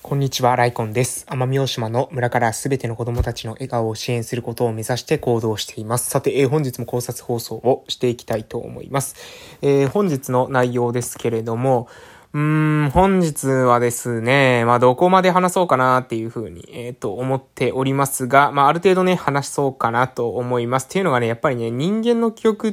こんにちは、ライコンです。奄美大島の村からすべての子供たちの笑顔を支援することを目指して行動しています。さて、本日も考察放送をしていきたいと思います。本日の内容ですけれども、本日はですね、どこまで話そうかなっていうふうに、思っておりますが、ある程度ね、話そうかなと思います。っていうのがね、やっぱりね、人間の記憶って、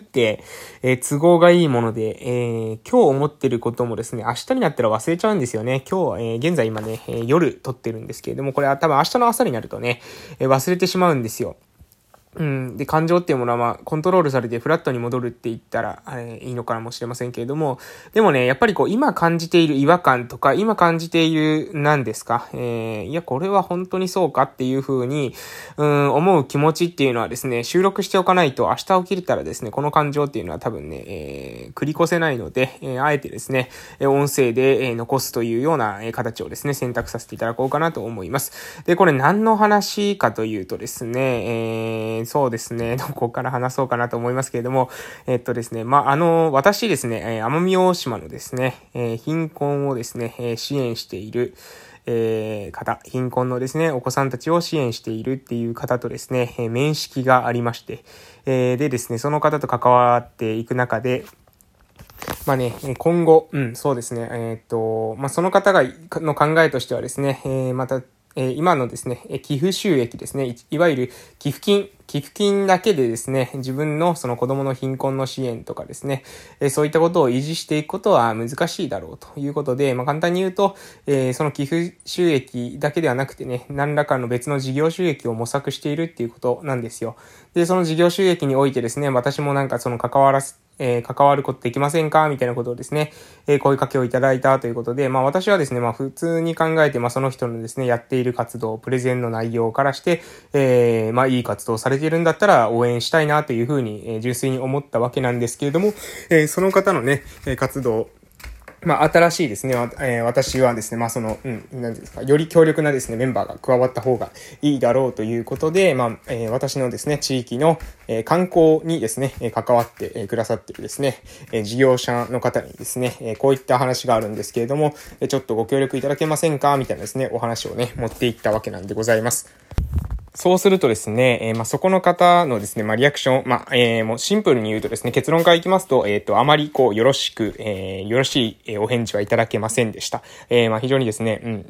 都合がいいもので、今日思ってることもですね、明日になったら忘れちゃうんですよね。今日、現在今ね、夜撮ってるんですけれども、これは多分明日の朝になるとね、忘れてしまうんですよ。で、感情っていうものはコントロールされてフラットに戻るって言ったら、いいのかもしれませんけれども、でもね、やっぱり今感じている違和感とか、今感じている何ですか、いや、これは本当にそうかっていう風に、思う気持ちっていうのはですね、収録しておかないと明日起きれたらですね、この感情っていうのは多分ね、繰り越せないので、あえてですね、音声で、残すというような形をですね、選択させていただこうかなと思います。で、これ何の話かというとですね、そうですね。どこから話そうかなと思いますけれども、ですね、私ですね、奄美大島のですね、貧困をですね、支援している、貧困のですね、お子さんたちを支援しているっていう方とですね、面識がありまして、でですね、その方と関わっていく中で、今後、そうですね、その方の考えとしてはですね、今のですね、寄付収益ですね、いわゆる寄付金だけでですね、自分のその子供の貧困の支援とかですね、そういったことを維持していくことは難しいだろうということで、簡単に言うと、その寄付収益だけではなくてね、何らかの別の事業収益を模索しているっていうことなんですよ。で、その事業収益においてですね、私もその関わることできませんかみたいなことをですね、声かけをいただいたということで、私はですね、普通に考えて、その人のですね、やっている活動、プレゼンの内容からして、いい活動されているんだったら応援したいなというふうに、純粋に思ったわけなんですけれども、その方のね、活動、新しいですね、私はですね、何ですか、より強力なですね、メンバーが加わった方がいいだろうということで、私のですね、地域の、観光にですね、関わってくださっているですね、事業者の方にですね、こういった話があるんですけれども、ちょっとご協力いただけませんかみたいなですね、お話をね、持っていったわけなんでございます。そうするとですね、そこの方のですね、リアクション、もうシンプルに言うとですね、結論からいきますと、あまりよろしい、お返事はいただけませんでした。非常にですね、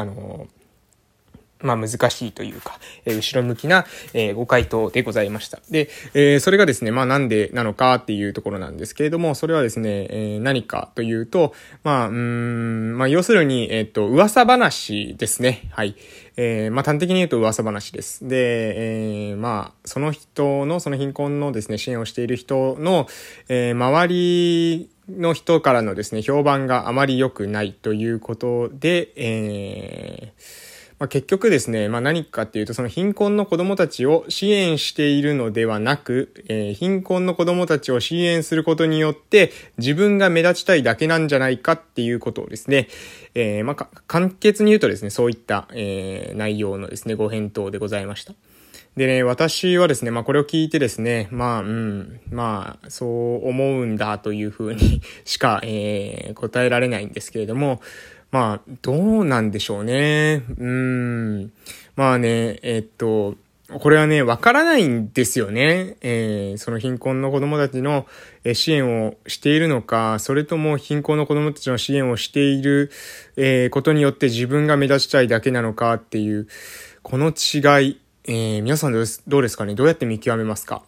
難しいというか、後ろ向きな、ご回答でございました。で、それがですね、なんでなのかっていうところなんですけれども、それはですね、何かというと、要するに、噂話ですね。はい。端的に言うと噂話です。で、その人の、その貧困のですね、支援をしている人の、周りの人からのですね、評判があまり良くないということで、結局ですね、何かっていうと、その貧困の子供たちを支援しているのではなく、貧困の子供たちを支援することによって、自分が目立ちたいだけなんじゃないかっていうことをですね、簡潔に言うとですね、そういった、内容のですね、ご返答でございました。でね、私はですね、これを聞いてですね、そう思うんだというふうにしか、答えられないんですけれども、どうなんでしょうね。これはね、わからないんですよね。その貧困の子供たちの支援をしているのか、それとも貧困の子供たちの支援をしていることによって自分が目立ちたいだけなのかっていう、この違い、皆さんどうですかね。どうやって見極めますか。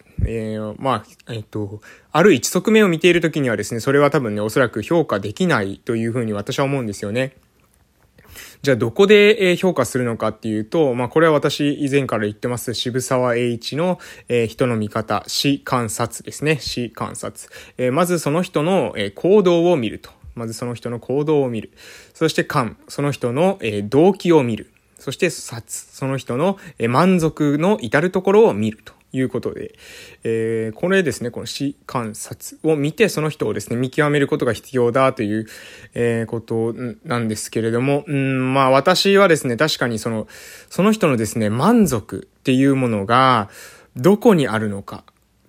ある一側面を見ているときにはですね、それは多分ね、おそらく評価できないというふうに私は思うんですよね。じゃあどこで評価するのかっていうと、これは私以前から言ってます渋沢栄一の人の見方、視観察ですね。視観察。まずその人の行動を見ると。まずその人の行動を見る。そして観、その人の動機を見る。そして察、その人の満足の至るところを見るということで、これですね、この視観察を見てその人をですね、見極めることが必要だという、ことなんですけれども、私はですね、確かにその人のですね、満足っていうものがどこにあるのかっ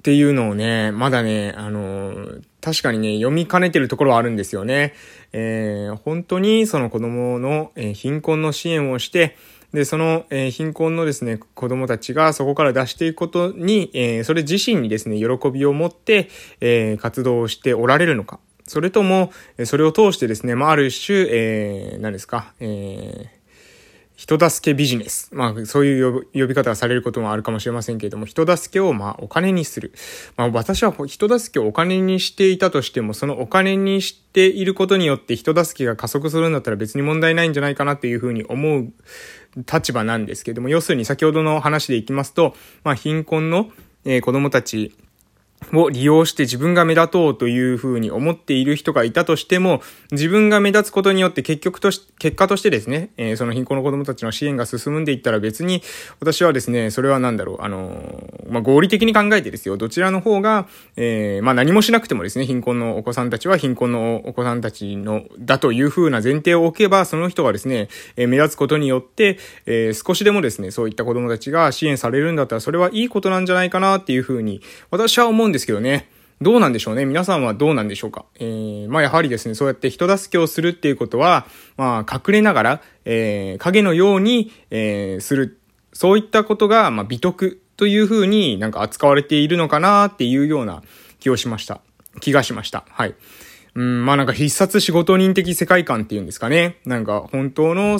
っていうのをね、まだね、確かにね、読みかねてるところはあるんですよね。本当にその子供の、貧困の支援をして、で、その、貧困のですね、子供たちがそこから出していくことに、それ自身にですね、喜びを持って、活動をしておられるのか。それとも、それを通してですね、ある種、何ですか、人助けビジネス。そういう呼び方がされることもあるかもしれませんけれども、人助けをお金にする。私は人助けをお金にしていたとしても、そのお金にしていることによって人助けが加速するんだったら別に問題ないんじゃないかなっていうふうに思う立場なんですけれども、要するに先ほどの話でいきますと、貧困の、子供たちを利用して自分が目立とうというふうに思っている人がいたとしても、自分が目立つことによって結果としてですね、その貧困の子供たちの支援が進んでいったら別に、私はですね、それは合理的に考えてですよ、どちらの方が、何もしなくてもですね、貧困のお子さんたちは貧困のお子さんたちだというふうな前提を置けば、その人がですね、目立つことによって、少しでもですね、そういった子供たちが支援されるんだったら、それはいいことなんじゃないかなっていうふうに、私は思うんですけどね。どうなんでしょうね。皆さんはどうなんでしょうか。やはりですね、そうやって人助けをするっていうことは、隠れながら、影のように、する。そういったことが、美徳というふうに扱われているのかなっていうような気がしました。はい。必殺仕事人的世界観っていうんですかね。本当の、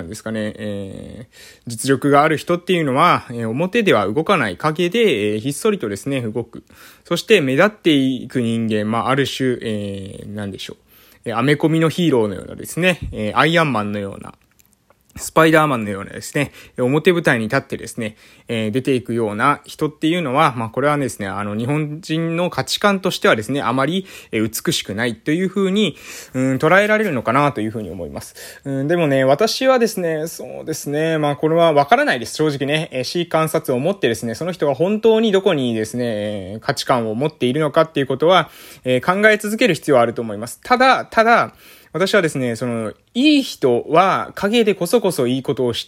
実力がある人っていうのは、表では動かない影で、ひっそりとですね、動く。そして目立っていく人間、ある種、アメコミのヒーローのようなですね、アイアンマンのような、スパイダーマンのようなですね、表舞台に立ってですね、出ていくような人っていうのは、これはですね、日本人の価値観としてはですね、あまり美しくないというふうに、捉えられるのかなというふうに思います。でもね、私はですね、そうですね、これはわからないです。正直ね、C 観察を持ってですね、その人が本当にどこにですね、価値観を持っているのかっていうことは、考え続ける必要はあると思います。ただ、私はですね、いい人は影でこそこそいいことをして、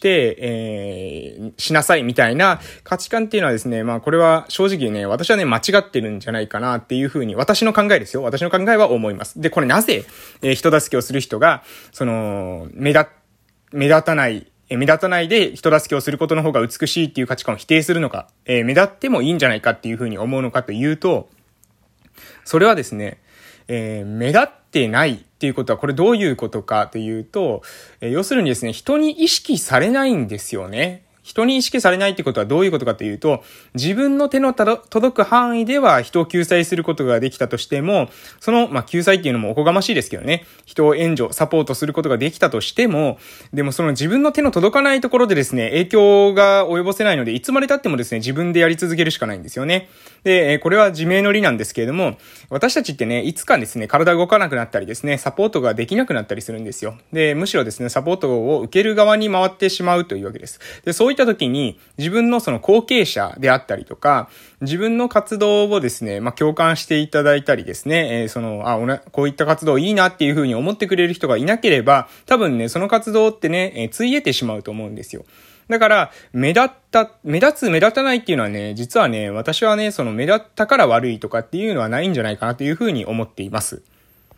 しなさいみたいな価値観っていうのはですね、これは正直ね、私はね、間違ってるんじゃないかなっていうふうに、私の考えですよ。私の考えは思います。で、これなぜ、人助けをする人が、目立たないで人助けをすることの方が美しいっていう価値観を否定するのか、目立ってもいいんじゃないかっていうふうに思うのかというと、それはですね、目立ってないっていうことはこれどういうことかというと、要するにですね、人に意識されないんですよね。人に意識されないってことはどういうことかというと、自分の手の届く範囲では人を救済することができたとしても、その、救済っていうのもおこがましいですけどね、人を援助、サポートすることができたとしても、でもその自分の手の届かないところでですね、影響が及ぼせないので、いつまで経ってもですね、自分でやり続けるしかないんですよね。で、これは自明の理なんですけれども、私たちってね、いつかですね、体が動かなくなったりですね、サポートができなくなったりするんですよ。で、むしろですね、サポートを受ける側に回ってしまうというわけです。で、そういった時に、自分のその後継者であったりとか、自分の活動をですね、共感していただいたりですね、こういった活動いいなっていうふうに思ってくれる人がいなければ、多分ね、その活動ってね、ついえてしまうと思うんですよ。だから、目立たないっていうのはね、実はね、私はね、目立ったから悪いとかっていうのはないんじゃないかなというふうに思っています。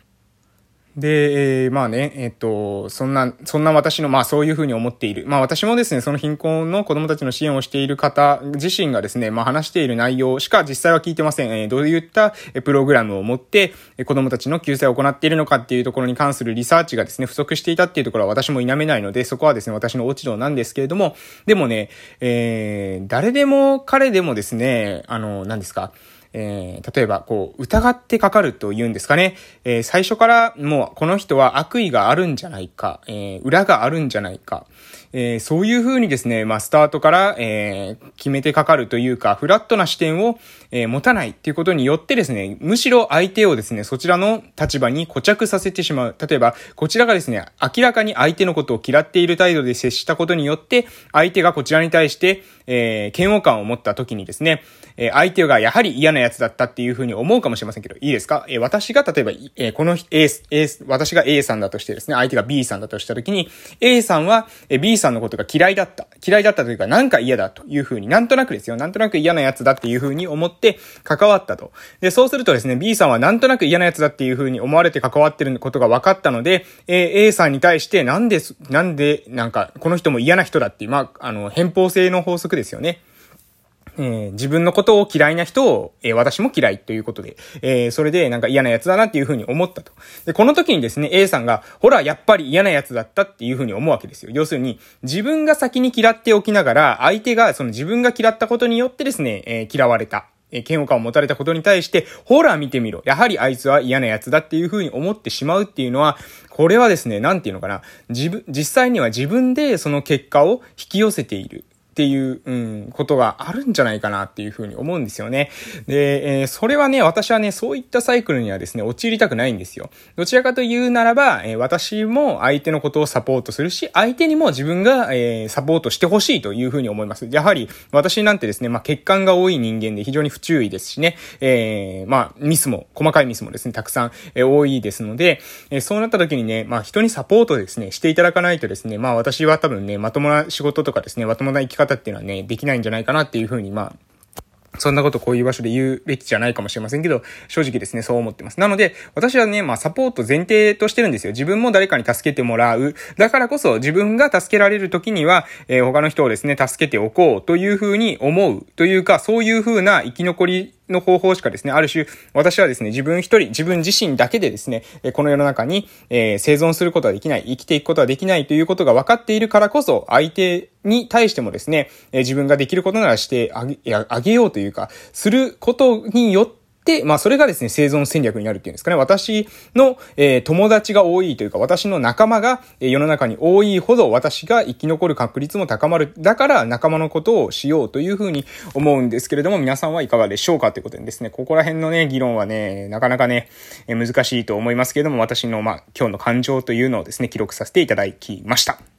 で、そんな私の、そういうふうに思っている。私もですね、その貧困の子供たちの支援をしている方自身がですね、話している内容しか実際は聞いてません。どういったプログラムを持って子供たちの救済を行っているのかっていうところに関するリサーチがですね、不足していたっていうところは私も否めないので、そこはですね、私の落ち度なんですけれども、でもね、誰でも彼でもですね、何ですか、例えば、疑ってかかるというんですかね。最初からもう、この人は悪意があるんじゃないか、裏があるんじゃないか、そういう風にですね、スタートから、決めてかかるというか、フラットな視点を、持たないっていうことによってですね、むしろ相手をですね、そちらの立場に固着させてしまう。例えば、こちらがですね、明らかに相手のことを嫌っている態度で接したことによって、相手がこちらに対して、嫌悪感を持った時にですね、相手がやはり嫌ななやつだったっていうふうに思うかもしれませんけど、いいですか？私が例えば、私が A さんだとしてですね、相手が B さんだとしたときに、A さんは B さんのことが嫌いだったというか、なんか嫌だというふうに、なんとなくですよ、なんとなく嫌なやつだっていうふうに思って関わったと。で、そうするとですね、B さんはなんとなく嫌なやつだっていうふうに思われて関わってることが分かったので、A さんに対してなんで、この人も嫌な人だっていう、偏方性の法則ですよね。自分のことを嫌いな人を、私も嫌いということで、それでなんか嫌なやつだなっていうふうに思ったと。で、この時にですね、A さんが、ほら、やっぱり嫌なやつだったっていうふうに思うわけですよ。要するに、自分が先に嫌っておきながら、相手がその自分が嫌ったことによってですね、嫌われた。嫌悪感を持たれたことに対して、ほら見てみろ。やはりあいつは嫌なやつだっていうふうに思ってしまうっていうのは、これはですね、なんていうのかな。実際には自分でその結果を引き寄せている。っていう、ことがあるんじゃないかなっていうふうに思うんですよね。で、それはね、私はね、そういったサイクルにはですね、陥りたくないんですよ。どちらかというならば、私も相手のことをサポートするし、相手にも自分が、サポートしてほしいというふうに思います。やはり、私なんてですね、欠陥が多い人間で非常に不注意ですしね、細かいミスもですね、たくさん、多いですので、そうなった時にね、人にサポートですね、していただかないとですね、私は多分ね、まともな仕事とかですね、まともな生き方っていうのはね、できないんじゃないかなっていうふうに、そんなことこういう場所で言うべきじゃないかもしれませんけど、正直ですね、そう思ってます。なので、私はね、サポート前提としてるんですよ。自分も誰かに助けてもらう。だからこそ、自分が助けられる時には、他の人をですね、助けておこうというふうに思う。というか、そういうふうな生き残りの方法しかですね、ある種、私はですね、自分自身だけでですね、この世の中に、生存することはできない、生きていくことはできないということが分かっているからこそ、相手に対してもですね、自分ができることならしてあげようというか、することによって、それがですね、生存戦略になるっていうんですかね。私の、友達が多いというか、私の仲間が、世の中に多いほど、私が生き残る確率も高まる。だから、仲間のことをしようというふうに思うんですけれども、皆さんはいかがでしょうかということでですね、ここら辺のね、議論はね、なかなかね、難しいと思いますけれども、私の、今日の感情というのをですね、記録させていただきました。